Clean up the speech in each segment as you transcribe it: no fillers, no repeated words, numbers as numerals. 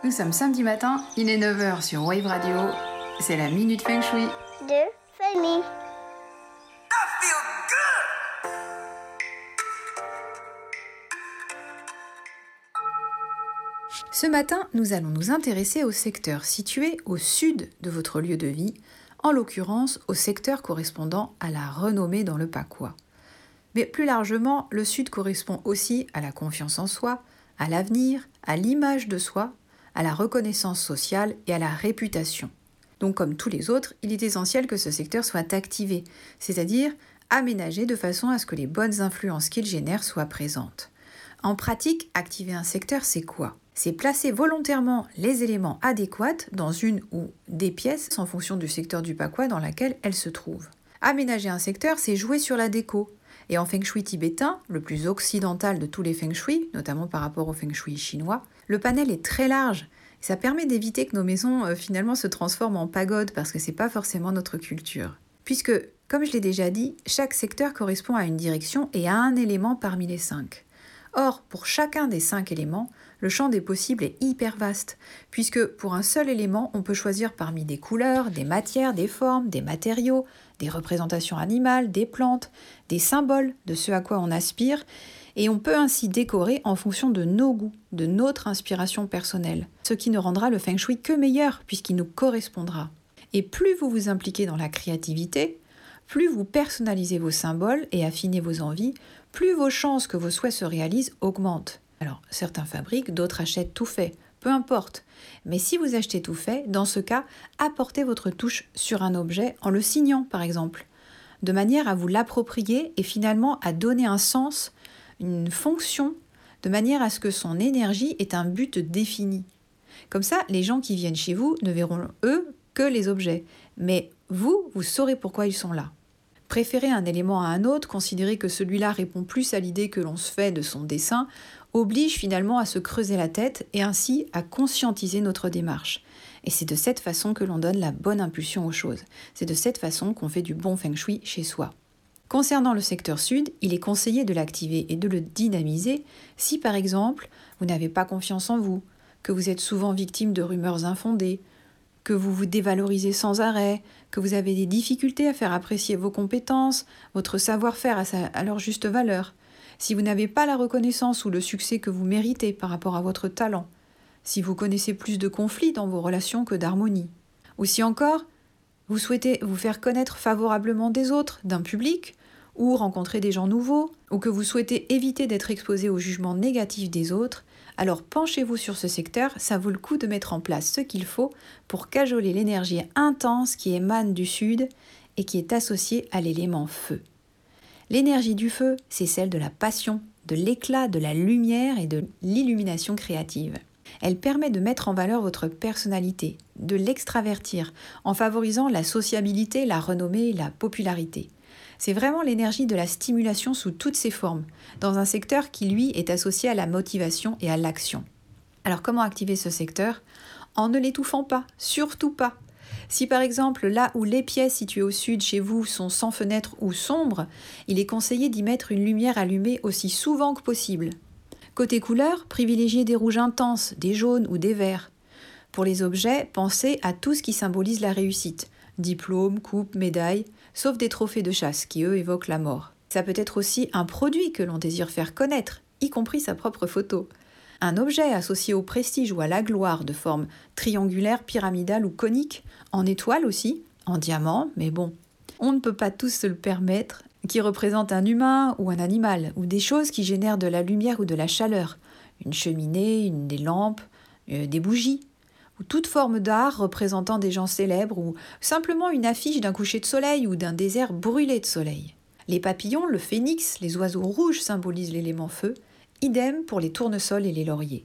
Nous sommes samedi matin, il est 9h sur Wave Radio. C'est la Minute Feng Shui. De Fanny. Ce matin, nous allons nous intéresser au secteur situé au sud de votre lieu de vie, en l'occurrence au secteur correspondant à la renommée dans le Pakois. Mais plus largement, le sud correspond aussi à la confiance en soi, à l'avenir, à l'image de soi, à la reconnaissance sociale et à la réputation. Donc comme tous les autres, il est essentiel que ce secteur soit activé, c'est-à-dire aménagé de façon à ce que les bonnes influences qu'il génère soient présentes. En pratique, activer un secteur, c'est quoi ? C'est placer volontairement les éléments adéquats dans une ou des pièces en fonction du secteur du Pakois dans laquelle elles se trouvent. Aménager un secteur, c'est jouer sur la déco. Et en Feng Shui tibétain, le plus occidental de tous les Feng Shui, notamment par rapport au Feng Shui chinois, le panel est très large. Ça permet d'éviter que nos maisons finalement se transforment en pagode parce que c'est pas forcément notre culture. Puisque, comme je l'ai déjà dit, chaque secteur correspond à une direction et à un élément parmi les 5. Or, pour chacun des 5 éléments, le champ des possibles est hyper vaste, puisque pour un seul élément, on peut choisir parmi des couleurs, des matières, des formes, des matériaux, des représentations animales, des plantes, des symboles de ce à quoi on aspire, et on peut ainsi décorer en fonction de nos goûts, de notre inspiration personnelle, ce qui ne rendra le Feng Shui que meilleur, puisqu'il nous correspondra. Et plus vous vous impliquez dans la créativité, plus vous personnalisez vos symboles et affinez vos envies, plus vos chances que vos souhaits se réalisent augmentent. Alors, certains fabriquent, d'autres achètent tout fait, peu importe. Mais si vous achetez tout fait, dans ce cas, apportez votre touche sur un objet en le signant, par exemple, de manière à vous l'approprier et finalement à donner un sens, une fonction, de manière à ce que son énergie ait un but défini. Comme ça, les gens qui viennent chez vous ne verront, eux, que les objets. Mais vous saurez pourquoi ils sont là. Préférer un élément à un autre, considérer que celui-là répond plus à l'idée que l'on se fait de son dessin, oblige finalement à se creuser la tête et ainsi à conscientiser notre démarche. Et c'est de cette façon que l'on donne la bonne impulsion aux choses. C'est de cette façon qu'on fait du bon Feng Shui chez soi. Concernant le secteur sud, il est conseillé de l'activer et de le dynamiser si par exemple vous n'avez pas confiance en vous, que vous êtes souvent victime de rumeurs infondées, que vous vous dévalorisez sans arrêt, que vous avez des difficultés à faire apprécier vos compétences, votre savoir-faire à leur juste valeur, si vous n'avez pas la reconnaissance ou le succès que vous méritez par rapport à votre talent, si vous connaissez plus de conflits dans vos relations que d'harmonie, ou si encore vous souhaitez vous faire connaître favorablement des autres, d'un public, ou rencontrer des gens nouveaux, ou que vous souhaitez éviter d'être exposé au jugement négatif des autres, alors penchez-vous sur ce secteur, ça vaut le coup de mettre en place ce qu'il faut pour cajoler l'énergie intense qui émane du sud et qui est associée à l'élément feu. L'énergie du feu, c'est celle de la passion, de l'éclat, de la lumière et de l'illumination créative. Elle permet de mettre en valeur votre personnalité, de l'extravertir, en favorisant la sociabilité, la renommée et la popularité. C'est vraiment l'énergie de la stimulation sous toutes ses formes, dans un secteur qui, lui, est associé à la motivation et à l'action. Alors comment activer ce secteur ? En ne l'étouffant pas, surtout pas. Si par exemple, là où les pièces situées au sud chez vous sont sans fenêtre ou sombres, il est conseillé d'y mettre une lumière allumée aussi souvent que possible. Côté couleur, privilégiez des rouges intenses, des jaunes ou des verts. Pour les objets, pensez à tout ce qui symbolise la réussite. Diplôme, coupe, médaille, sauf des trophées de chasse qui, eux, évoquent la mort. Ça peut être aussi un produit que l'on désire faire connaître, y compris sa propre photo. Un objet associé au prestige ou à la gloire de forme triangulaire, pyramidale ou conique, en étoile aussi, en diamant, mais bon, on ne peut pas tous se le permettre, qui représente un humain ou un animal, ou des choses qui génèrent de la lumière ou de la chaleur, une cheminée, des lampes, des bougies, ou toute forme d'art représentant des gens célèbres, ou simplement une affiche d'un coucher de soleil ou d'un désert brûlé de soleil. Les papillons, le phénix, les oiseaux rouges symbolisent l'élément feu, idem pour les tournesols et les lauriers.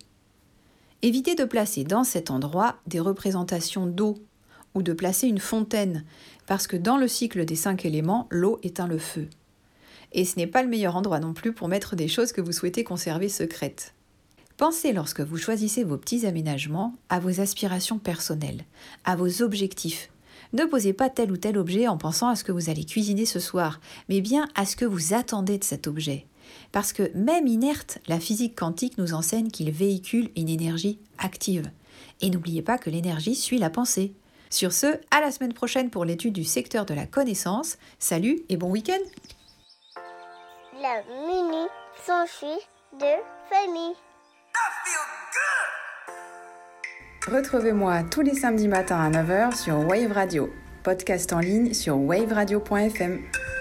Évitez de placer dans cet endroit des représentations d'eau ou de placer une fontaine, parce que dans le cycle des 5 éléments, l'eau éteint le feu. Et ce n'est pas le meilleur endroit non plus pour mettre des choses que vous souhaitez conserver secrètes. Pensez lorsque vous choisissez vos petits aménagements à vos aspirations personnelles, à vos objectifs. Ne posez pas tel ou tel objet en pensant à ce que vous allez cuisiner ce soir, mais bien à ce que vous attendez de cet objet. Parce que même inerte, la physique quantique nous enseigne qu'il véhicule une énergie active. Et n'oubliez pas que l'énergie suit la pensée. Sur ce, à la semaine prochaine pour l'étude du secteur de la connaissance. Salut et bon week-end. La minute s'ensuit de famille. Retrouvez-moi tous les samedis matins à 9h sur Wave Radio. Podcast en ligne sur waveradio.fm.